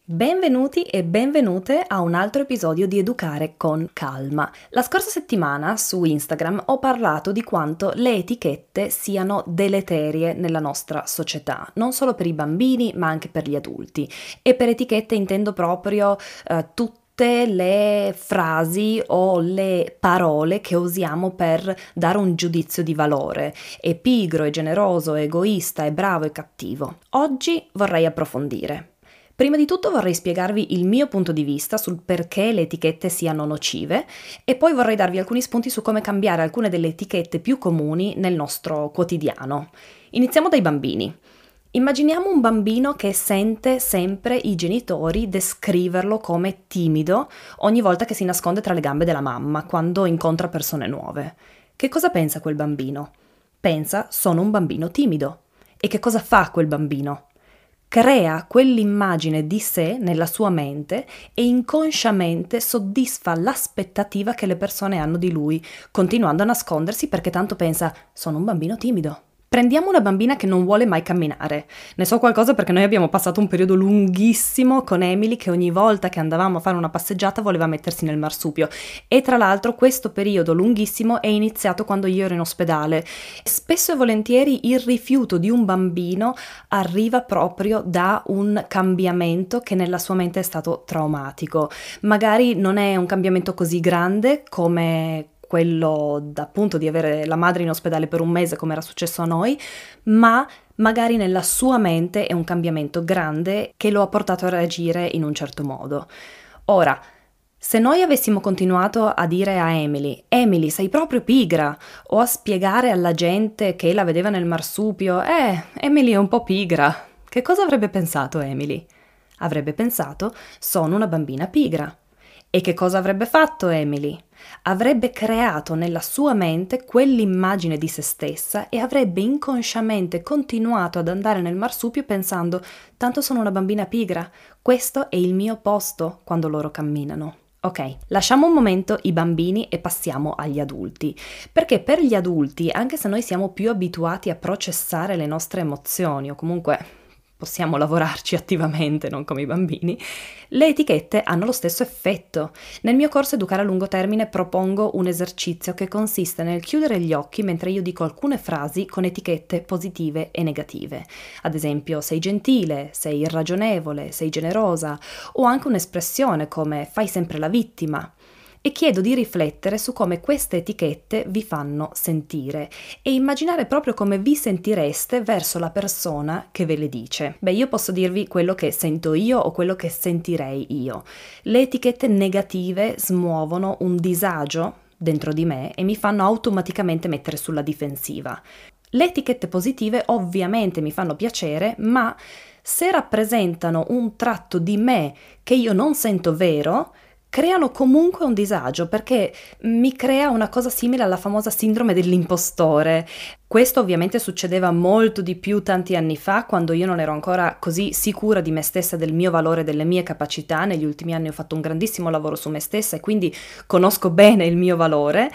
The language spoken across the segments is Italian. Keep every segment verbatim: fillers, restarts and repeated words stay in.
Benvenuti e benvenute a un altro episodio di Educare con Calma. La scorsa settimana su Instagram ho parlato di quanto le etichette siano deleterie nella nostra società, non solo per i bambini ma anche per gli adulti. E per etichette intendo proprio eh, tutte le frasi o le parole che usiamo per dare un giudizio di valore. È pigro, è generoso, è egoista, è bravo, è cattivo. Oggi vorrei approfondire. Prima di tutto vorrei spiegarvi il mio punto di vista sul perché le etichette siano nocive e poi vorrei darvi alcuni spunti su come cambiare alcune delle etichette più comuni nel nostro quotidiano. Iniziamo dai bambini. Immaginiamo un bambino che sente sempre i genitori descriverlo come timido ogni volta che si nasconde tra le gambe della mamma, quando incontra persone nuove. Che cosa pensa quel bambino? Pensa: sono un bambino timido. E che cosa fa quel bambino? Crea quell'immagine di sé nella sua mente e inconsciamente soddisfa l'aspettativa che le persone hanno di lui, continuando a nascondersi perché tanto pensa: sono un bambino timido. Prendiamo una bambina che non vuole mai camminare. Ne so qualcosa perché noi abbiamo passato un periodo lunghissimo con Emily che ogni volta che andavamo a fare una passeggiata voleva mettersi nel marsupio. E tra l'altro questo periodo lunghissimo è iniziato quando io ero in ospedale. Spesso e volentieri il rifiuto di un bambino arriva proprio da un cambiamento che nella sua mente è stato traumatico. Magari non è un cambiamento così grande come quello appunto di avere la madre in ospedale per un mese come era successo a noi, ma magari nella sua mente è un cambiamento grande che lo ha portato a reagire in un certo modo. Ora, se noi avessimo continuato a dire a Emily: Emily, sei proprio pigra, o a spiegare alla gente che la vedeva nel marsupio: eh, Emily è un po' pigra, che cosa avrebbe pensato Emily? Avrebbe pensato: sono una bambina pigra. E che cosa avrebbe fatto Emily? Avrebbe creato nella sua mente quell'immagine di se stessa e avrebbe inconsciamente continuato ad andare nel marsupio pensando: tanto sono una bambina pigra, questo è il mio posto quando loro camminano. Ok, lasciamo un momento i bambini e passiamo agli adulti, perché per gli adulti, anche se noi siamo più abituati a processare le nostre emozioni o comunque possiamo lavorarci attivamente, non come i bambini, le etichette hanno lo stesso effetto. Nel mio corso Educare a lungo termine propongo un esercizio che consiste nel chiudere gli occhi mentre io dico alcune frasi con etichette positive e negative. Ad esempio: sei gentile, sei irragionevole, sei generosa, o anche un'espressione come fai sempre la vittima. E chiedo di riflettere su come queste etichette vi fanno sentire e immaginare proprio come vi sentireste verso la persona che ve le dice. Beh, io posso dirvi quello che sento io o quello che sentirei io. Le etichette negative smuovono un disagio dentro di me e mi fanno automaticamente mettere sulla difensiva. Le etichette positive ovviamente mi fanno piacere, ma se rappresentano un tratto di me che io non sento vero, creano comunque un disagio perché mi crea una cosa simile alla famosa sindrome dell'impostore. Questo ovviamente succedeva molto di più tanti anni fa, quando io non ero ancora così sicura di me stessa, del mio valore, delle mie capacità. Negli ultimi anni ho fatto un grandissimo lavoro su me stessa e quindi conosco bene il mio valore,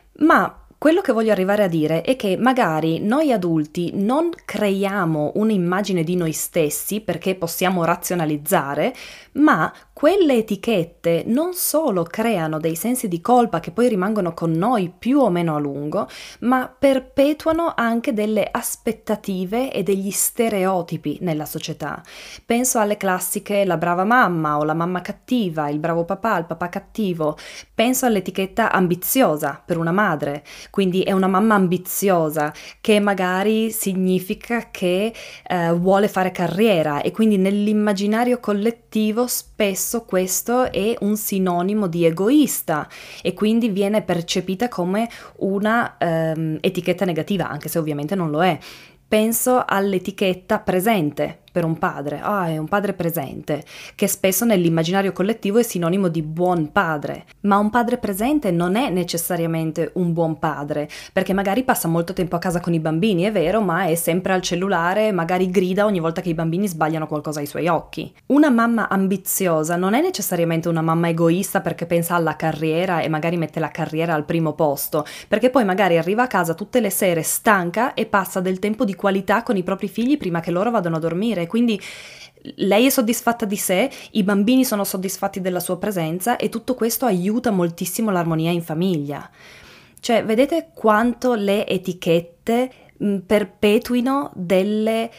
ma quello che voglio arrivare a dire è che magari noi adulti non creiamo un'immagine di noi stessi perché possiamo razionalizzare, ma quelle etichette non solo creano dei sensi di colpa che poi rimangono con noi più o meno a lungo, ma perpetuano anche delle aspettative e degli stereotipi nella società. Penso alle classiche la brava mamma o la mamma cattiva, il bravo papà, il papà cattivo. Penso all'etichetta ambiziosa per una madre. Quindi è una mamma ambiziosa, che magari significa che eh, vuole fare carriera, e quindi nell'immaginario collettivo spesso questo è un sinonimo di egoista e quindi viene percepita come una ehm, etichetta negativa, anche se ovviamente non lo è. Penso all'etichetta presente per un padre. Ah, è un padre presente, che spesso nell'immaginario collettivo è sinonimo di buon padre. Ma un padre presente non è necessariamente un buon padre, perché magari passa molto tempo a casa con i bambini, è vero, ma è sempre al cellulare, magari grida ogni volta che i bambini sbagliano qualcosa ai suoi occhi. Una mamma ambiziosa non è necessariamente una mamma egoista perché pensa alla carriera e magari mette la carriera al primo posto, perché poi magari arriva a casa tutte le sere stanca e passa del tempo di qualità con i propri figli prima che loro vadano a dormire. e quindi lei è soddisfatta di sé, i bambini sono soddisfatti della sua presenza e tutto questo aiuta moltissimo l'armonia in famiglia. Cioè, vedete quanto le etichette mh, perpetuino delle,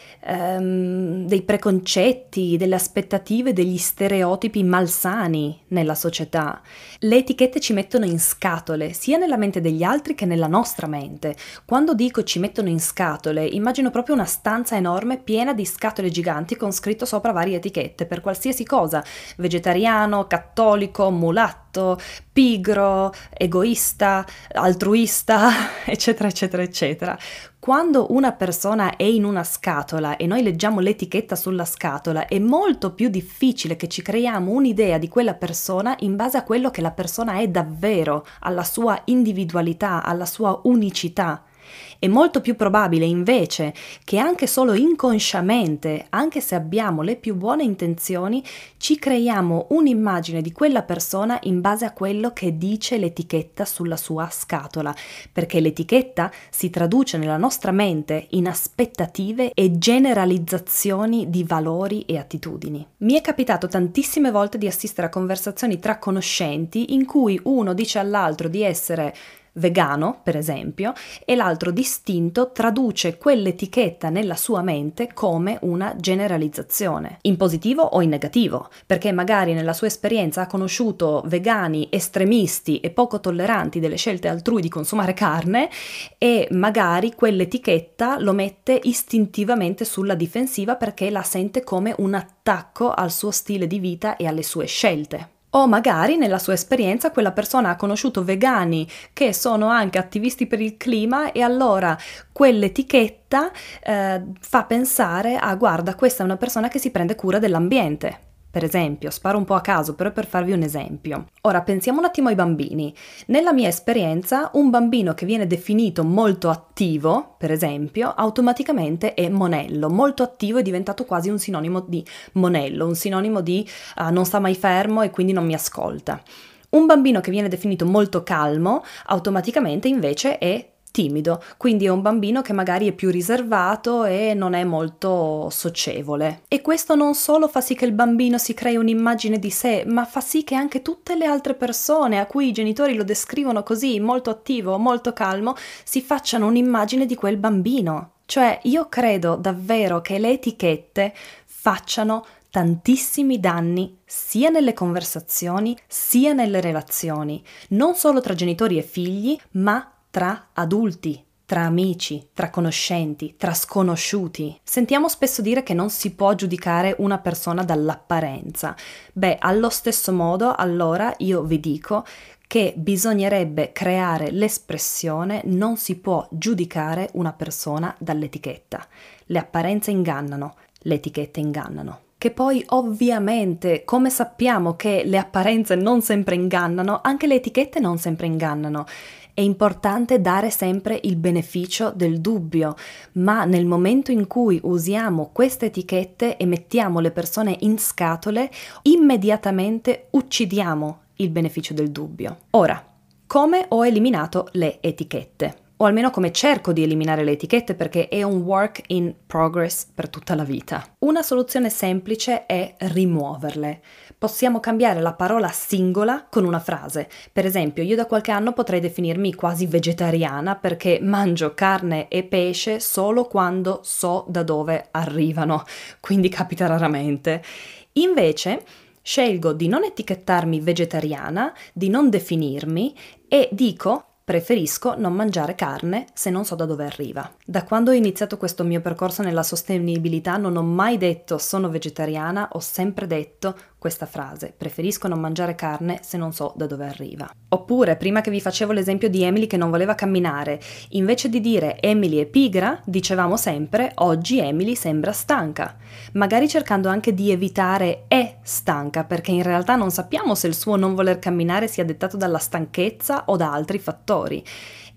um, dei preconcetti, delle aspettative, degli stereotipi malsani nella società. Le etichette ci mettono in scatole, sia nella mente degli altri che nella nostra mente. Quando dico ci mettono in scatole, immagino proprio una stanza enorme piena di scatole giganti con scritto sopra varie etichette per qualsiasi cosa: vegetariano, cattolico, mulatto, pigro, egoista, altruista, eccetera, eccetera, eccetera. Quando una persona è in una scatola e noi leggiamo l'etichetta sulla scatola, è molto più difficile che ci creiamo un'idea di quella persona in base a quello che la persona è davvero, alla sua individualità, alla sua unicità. È molto più probabile invece che anche solo inconsciamente, anche se abbiamo le più buone intenzioni, ci creiamo un'immagine di quella persona in base a quello che dice l'etichetta sulla sua scatola, perché l'etichetta si traduce nella nostra mente in aspettative e generalizzazioni di valori e attitudini. Mi è capitato tantissime volte di assistere a conversazioni tra conoscenti in cui uno dice all'altro di essere vegano, per esempio, e l'altro distinto traduce quell'etichetta nella sua mente come una generalizzazione, in positivo o in negativo, perché magari nella sua esperienza ha conosciuto vegani estremisti e poco tolleranti delle scelte altrui di consumare carne e magari quell'etichetta lo mette istintivamente sulla difensiva perché la sente come un attacco al suo stile di vita e alle sue scelte. O magari nella sua esperienza quella persona ha conosciuto vegani che sono anche attivisti per il clima e allora quell'etichetta eh, fa pensare a guarda, questa è una persona che si prende cura dell'ambiente. Per esempio, sparo un po' a caso, però per farvi un esempio. Ora, pensiamo un attimo ai bambini. Nella mia esperienza, un bambino che viene definito molto attivo, per esempio, automaticamente è monello. Molto attivo è diventato quasi un sinonimo di monello, un sinonimo di uh, non sta mai fermo e quindi non mi ascolta. Un bambino che viene definito molto calmo, automaticamente invece è timido, quindi è un bambino che magari è più riservato e non è molto socievole. E questo non solo fa sì che il bambino si crei un'immagine di sé, ma fa sì che anche tutte le altre persone a cui i genitori lo descrivono così, molto attivo, molto calmo, si facciano un'immagine di quel bambino. Cioè, io credo davvero che le etichette facciano tantissimi danni sia nelle conversazioni sia nelle relazioni, non solo tra genitori e figli, ma tra adulti, tra amici, tra conoscenti, tra sconosciuti. Sentiamo spesso dire che non si può giudicare una persona dall'apparenza. Beh, allo stesso modo, allora io vi dico che bisognerebbe creare l'espressione non si può giudicare una persona dall'etichetta. Le apparenze ingannano, le etichette ingannano. Che poi ovviamente, come sappiamo che le apparenze non sempre ingannano, anche le etichette non sempre ingannano. È importante dare sempre il beneficio del dubbio, ma nel momento in cui usiamo queste etichette e mettiamo le persone in scatole, immediatamente uccidiamo il beneficio del dubbio. Ora, come ho eliminato le etichette? O almeno come cerco di eliminare le etichette, perché è un work in progress per tutta la vita. Una soluzione semplice è rimuoverle. Possiamo cambiare la parola singola con una frase. Per esempio, io da qualche anno potrei definirmi quasi vegetariana perché mangio carne e pesce solo quando so da dove arrivano, quindi capita raramente. Invece, scelgo di non etichettarmi vegetariana, di non definirmi e dico preferisco non mangiare carne se non so da dove arriva. Da quando ho iniziato questo mio percorso nella sostenibilità non ho mai detto sono vegetariana, ho sempre detto questa frase: preferisco non mangiare carne se non so da dove arriva. Oppure, prima che vi facevo l'esempio di Emily che non voleva camminare, invece di dire Emily è pigra, dicevamo sempre oggi Emily sembra stanca, magari cercando anche di evitare è stanca, perché in realtà non sappiamo se il suo non voler camminare sia dettato dalla stanchezza o da altri fattori.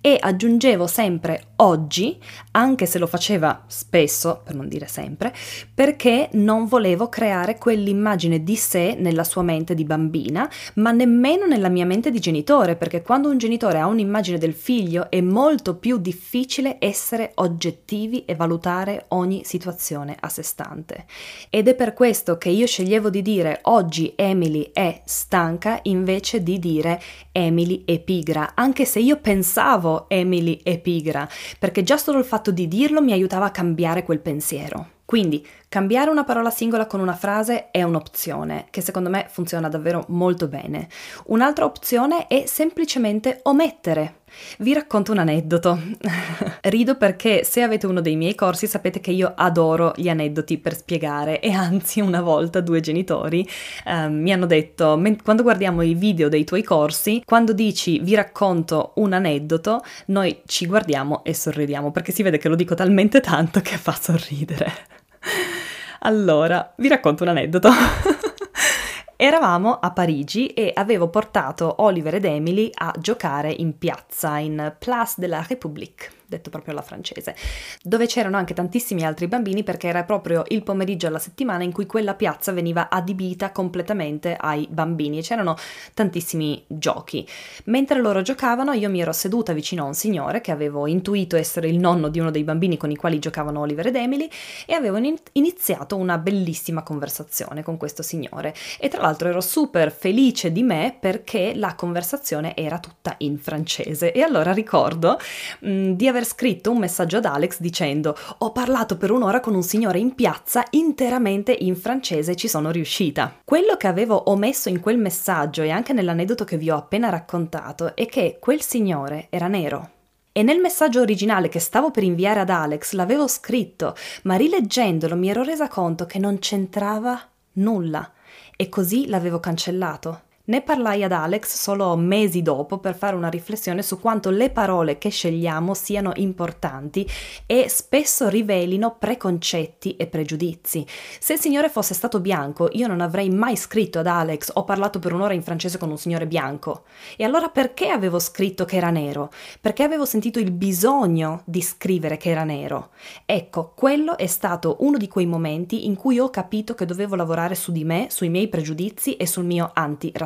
e aggiungevo sempre oggi, anche se lo faceva spesso, per non dire sempre, perché non volevo creare quell'immagine di sé nella sua mente di bambina, ma nemmeno nella mia mente di genitore, perché quando un genitore ha un'immagine del figlio è molto più difficile essere oggettivi e valutare ogni situazione a sé stante. Ed è per questo che io sceglievo di dire oggi Emily è stanca invece di dire Emily è pigra, anche se io pensavo Emily è pigra, perché già solo il fatto di dirlo mi aiutava a cambiare quel pensiero. Quindi cambiare una parola singola con una frase è un'opzione che secondo me funziona davvero molto bene. Un'altra opzione è semplicemente omettere. Vi racconto un aneddoto. Rido perché se avete uno dei miei corsi sapete che io adoro gli aneddoti per spiegare, e anzi una volta due genitori eh, mi hanno detto: quando guardiamo i video dei tuoi corsi, quando dici vi racconto un aneddoto, noi ci guardiamo e sorridiamo, perché si vede che lo dico talmente tanto che fa sorridere. Allora, vi racconto un aneddoto. Eravamo a Parigi e avevo portato Oliver ed Emily a giocare in piazza, in Place de la République, detto proprio alla francese, dove c'erano anche tantissimi altri bambini, perché era proprio il pomeriggio alla settimana in cui quella piazza veniva adibita completamente ai bambini e c'erano tantissimi giochi. Mentre loro giocavano io mi ero seduta vicino a un signore che avevo intuito essere il nonno di uno dei bambini con i quali giocavano Oliver ed Emily, e avevo iniziato una bellissima conversazione con questo signore, e tra l'altro ero super felice di me perché la conversazione era tutta in francese. E allora ricordo mh, di aver scritto un messaggio ad Alex dicendo: ho parlato per un'ora con un signore in piazza interamente in francese, ci sono riuscita. Quello che avevo omesso in quel messaggio e anche nell'aneddoto che vi ho appena raccontato è che quel signore era nero. E nel messaggio originale che stavo per inviare ad Alex l'avevo scritto, ma rileggendolo mi ero resa conto che non c'entrava nulla e così l'avevo cancellato. Ne parlai ad Alex solo mesi dopo per fare una riflessione su quanto le parole che scegliamo siano importanti e spesso rivelino preconcetti e pregiudizi. Se il signore fosse stato bianco, io non avrei mai scritto ad Alex: ho parlato per un'ora in francese con un signore bianco. E allora perché avevo scritto che era nero? Perché avevo sentito il bisogno di scrivere che era nero. Ecco, quello è stato uno di quei momenti in cui ho capito che dovevo lavorare su di me, sui miei pregiudizi e sul mio antirazzismo.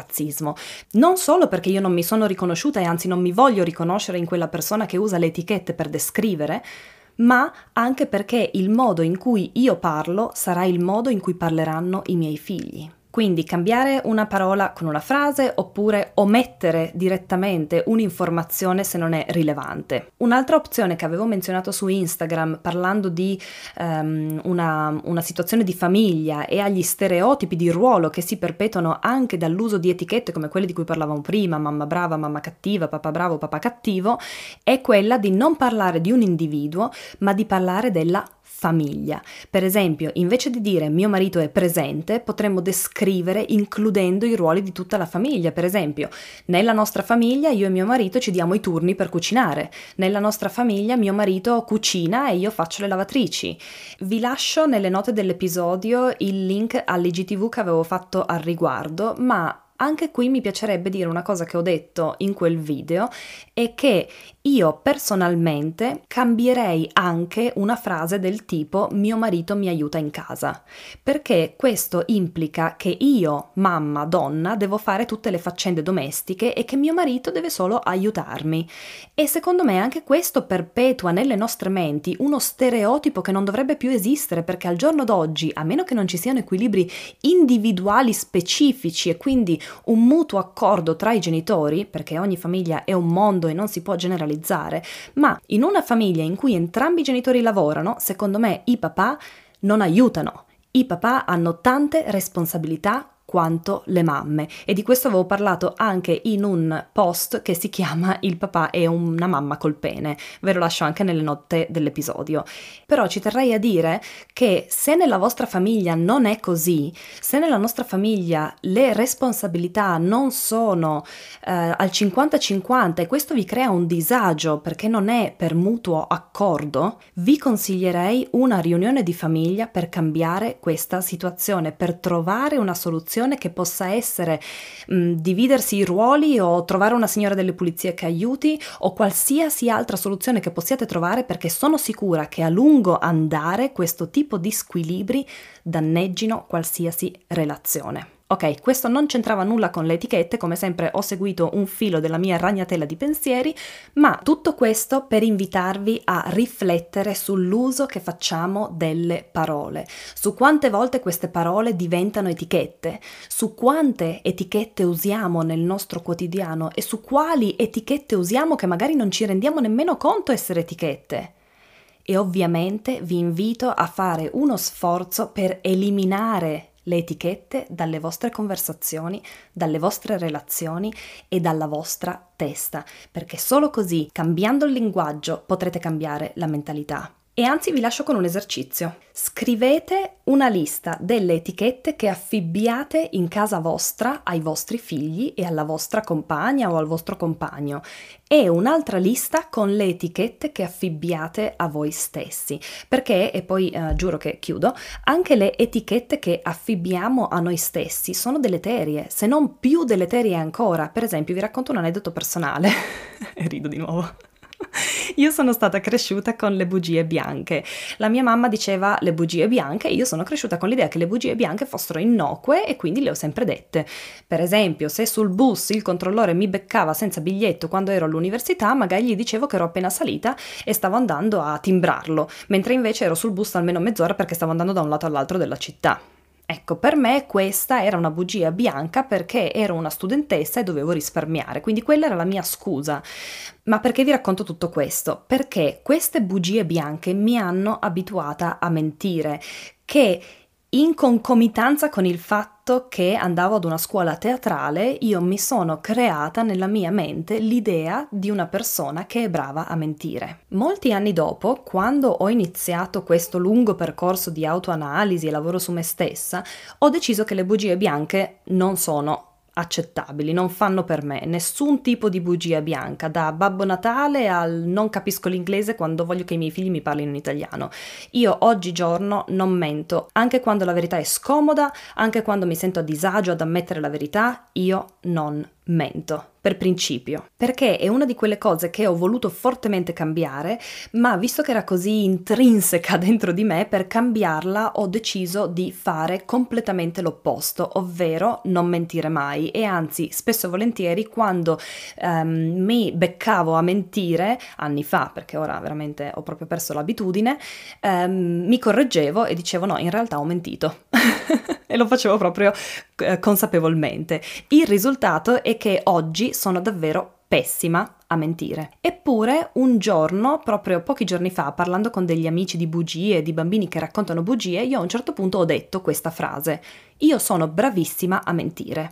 Non solo perché io non mi sono riconosciuta e anzi non mi voglio riconoscere in quella persona che usa le etichette per descrivere, ma anche perché il modo in cui io parlo sarà il modo in cui parleranno i miei figli. Quindi cambiare una parola con una frase oppure omettere direttamente un'informazione se non è rilevante. Un'altra opzione che avevo menzionato su Instagram parlando di um, una, una situazione di famiglia e agli stereotipi di ruolo che si perpetuano anche dall'uso di etichette come quelle di cui parlavamo prima, mamma brava, mamma cattiva, papà bravo, papà cattivo, è quella di non parlare di un individuo ma di parlare della famiglia. Per esempio, invece di dire mio marito è presente, potremmo descrivere includendo i ruoli di tutta la famiglia. Per esempio, nella nostra famiglia io e mio marito ci diamo i turni per cucinare. Nella nostra famiglia mio marito cucina e io faccio le lavatrici. Vi lascio nelle note dell'episodio il link all'I G T V che avevo fatto al riguardo, ma anche qui mi piacerebbe dire una cosa che ho detto in quel video, è che io personalmente cambierei anche una frase del tipo mio marito mi aiuta in casa, perché questo implica che io, mamma, donna, devo fare tutte le faccende domestiche e che mio marito deve solo aiutarmi. E secondo me anche questo perpetua nelle nostre menti uno stereotipo che non dovrebbe più esistere, perché al giorno d'oggi, a meno che non ci siano equilibri individuali specifici e quindi un mutuo accordo tra i genitori, perché ogni famiglia è un mondo e non si può generalizzare, ma in una famiglia in cui entrambi i genitori lavorano, secondo me i papà non aiutano. I papà hanno tante responsabilità quanto le mamme, e di questo avevo parlato anche in un post che si chiama Il papà è una mamma col pene, ve lo lascio anche nelle note dell'episodio. Però ci terrei a dire che se nella vostra famiglia non è così, se nella nostra famiglia le responsabilità non sono eh, al cinquanta cinquanta e questo vi crea un disagio perché non è per mutuo accordo, vi consiglierei una riunione di famiglia per cambiare questa situazione, per trovare una soluzione soluzione che possa essere mh, dividersi i ruoli o trovare una signora delle pulizie che aiuti o qualsiasi altra soluzione che possiate trovare, perché sono sicura che a lungo andare questo tipo di squilibri danneggino qualsiasi relazione. Ok, questo non c'entrava nulla con le etichette, come sempre ho seguito un filo della mia ragnatela di pensieri, ma tutto questo per invitarvi a riflettere sull'uso che facciamo delle parole, su quante volte queste parole diventano etichette, su quante etichette usiamo nel nostro quotidiano e su quali etichette usiamo che magari non ci rendiamo nemmeno conto essere etichette. E ovviamente vi invito a fare uno sforzo per eliminare le etichette dalle vostre conversazioni, dalle vostre relazioni e dalla vostra testa, perché solo così, cambiando il linguaggio, potrete cambiare la mentalità. E anzi vi lascio con un esercizio. Scrivete una lista delle etichette che affibbiate in casa vostra ai vostri figli e alla vostra compagna o al vostro compagno e un'altra lista con le etichette che affibbiate a voi stessi. Perché, e poi eh, giuro che chiudo, anche le etichette che affibbiamo a noi stessi sono deleterie, se non più deleterie ancora. Per esempio, vi racconto un aneddoto personale e rido di nuovo. Io sono stata cresciuta con le bugie bianche. La mia mamma diceva le bugie bianche e io sono cresciuta con l'idea che le bugie bianche fossero innocue e quindi le ho sempre dette. Per esempio, se sul bus il controllore mi beccava senza biglietto quando ero all'università, magari gli dicevo che ero appena salita e stavo andando a timbrarlo, mentre invece ero sul bus almeno mezz'ora perché stavo andando da un lato all'altro della città. Ecco, per me questa era una bugia bianca perché ero una studentessa e dovevo risparmiare, quindi quella era la mia scusa. Ma perché vi racconto tutto questo? Perché queste bugie bianche mi hanno abituata a mentire, che in concomitanza con il fatto che andavo ad una scuola teatrale, io mi sono creata nella mia mente l'idea di una persona che è brava a mentire. Molti anni dopo, quando ho iniziato questo lungo percorso di autoanalisi e lavoro su me stessa, ho deciso che le bugie bianche non sono accettabili, non fanno per me nessun tipo di bugia bianca, da Babbo Natale al non capisco l'inglese quando voglio che i miei figli mi parlino in italiano. Io oggigiorno non mento, anche quando la verità è scomoda, anche quando mi sento a disagio ad ammettere la verità, io non mento. Per principio, perché è una di quelle cose che ho voluto fortemente cambiare, ma visto che era così intrinseca dentro di me, per cambiarla ho deciso di fare completamente l'opposto, ovvero non mentire mai. E anzi, spesso e volentieri, quando um, mi beccavo a mentire, anni fa, perché ora veramente ho proprio perso l'abitudine, um, mi correggevo e dicevo no, in realtà ho mentito. E lo facevo proprio eh, consapevolmente. Il risultato è che oggi sono davvero pessima a mentire. Eppure un giorno, proprio pochi giorni fa, parlando con degli amici di bugie, di bambini che raccontano bugie, io a un certo punto ho detto questa frase: io sono bravissima a mentire.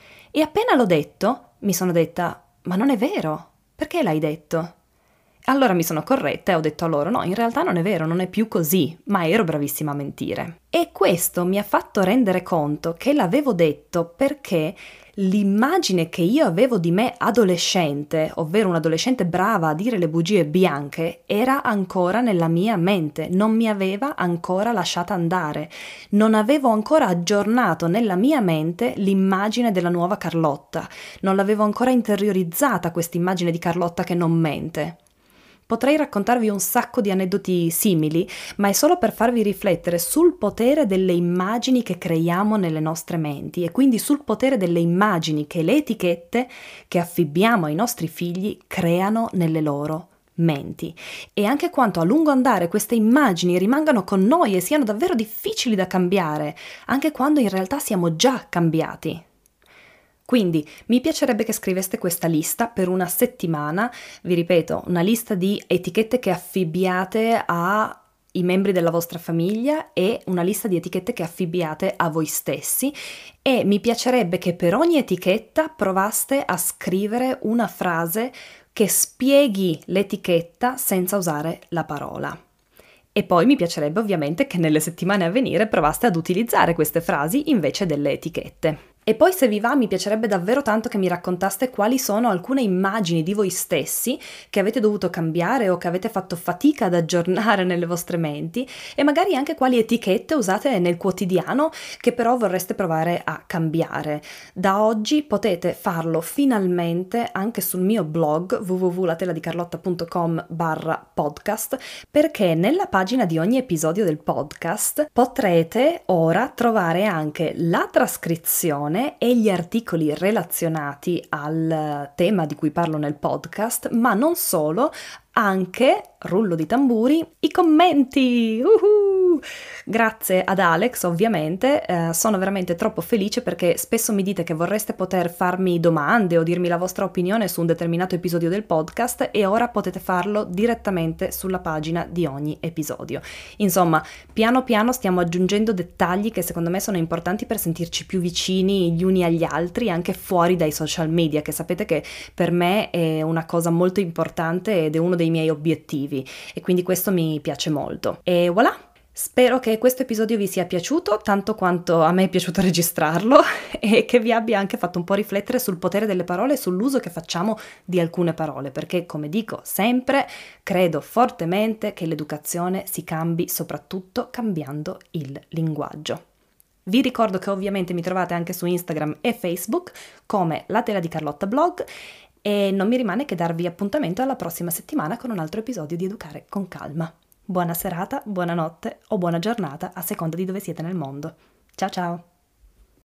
E appena l'ho detto, mi sono detta: ma non è vero, perché l'hai detto? Allora mi sono corretta e ho detto a loro: no, in realtà non è vero, non è più così, ma ero bravissima a mentire. E questo mi ha fatto rendere conto che l'avevo detto perché l'immagine che io avevo di me adolescente, ovvero un adolescente brava a dire le bugie bianche, era ancora nella mia mente, non mi aveva ancora lasciata andare, non avevo ancora aggiornato nella mia mente l'immagine della nuova Carlotta, non l'avevo ancora interiorizzata questa immagine di Carlotta che non mente. Potrei raccontarvi un sacco di aneddoti simili, ma è solo per farvi riflettere sul potere delle immagini che creiamo nelle nostre menti e quindi sul potere delle immagini che le etichette che affibbiamo ai nostri figli creano nelle loro menti. E anche quanto a lungo andare queste immagini rimangano con noi e siano davvero difficili da cambiare, anche quando in realtà siamo già cambiati. Quindi mi piacerebbe che scriveste questa lista per una settimana, vi ripeto, una lista di etichette che affibbiate ai membri della vostra famiglia e una lista di etichette che affibbiate a voi stessi, e mi piacerebbe che per ogni etichetta provaste a scrivere una frase che spieghi l'etichetta senza usare la parola. E poi mi piacerebbe ovviamente che nelle settimane a venire provaste ad utilizzare queste frasi invece delle etichette. E poi, se vi va, mi piacerebbe davvero tanto che mi raccontaste quali sono alcune immagini di voi stessi che avete dovuto cambiare o che avete fatto fatica ad aggiornare nelle vostre menti, e magari anche quali etichette usate nel quotidiano che però vorreste provare a cambiare. Da oggi potete farlo finalmente anche sul mio blog w w w punto lateladicarlotta punto com barra podcast, perché nella pagina di ogni episodio del podcast potrete ora trovare anche la trascrizione e gli articoli relazionati al tema di cui parlo nel podcast, ma non solo, anche, rullo di tamburi, i commenti! Uhuh! Grazie ad Alex, ovviamente, eh, sono veramente troppo felice perché spesso mi dite che vorreste poter farmi domande o dirmi la vostra opinione su un determinato episodio del podcast, e ora potete farlo direttamente sulla pagina di ogni episodio. Insomma, piano piano stiamo aggiungendo dettagli che secondo me sono importanti per sentirci più vicini gli uni agli altri, anche fuori dai social media, che sapete che per me è una cosa molto importante ed è uno dei miei obiettivi, e quindi questo mi piace molto. E voilà! Spero che questo episodio vi sia piaciuto tanto quanto a me è piaciuto registrarlo e che vi abbia anche fatto un po' riflettere sul potere delle parole e sull'uso che facciamo di alcune parole, perché, come dico sempre, credo fortemente che l'educazione si cambi soprattutto cambiando il linguaggio. Vi ricordo che ovviamente mi trovate anche su Instagram e Facebook come La Tela di Carlotta Blog, e non mi rimane che darvi appuntamento alla prossima settimana con un altro episodio di Educare con Calma. Buona serata, buonanotte o buona giornata a seconda di dove siete nel mondo. Ciao ciao!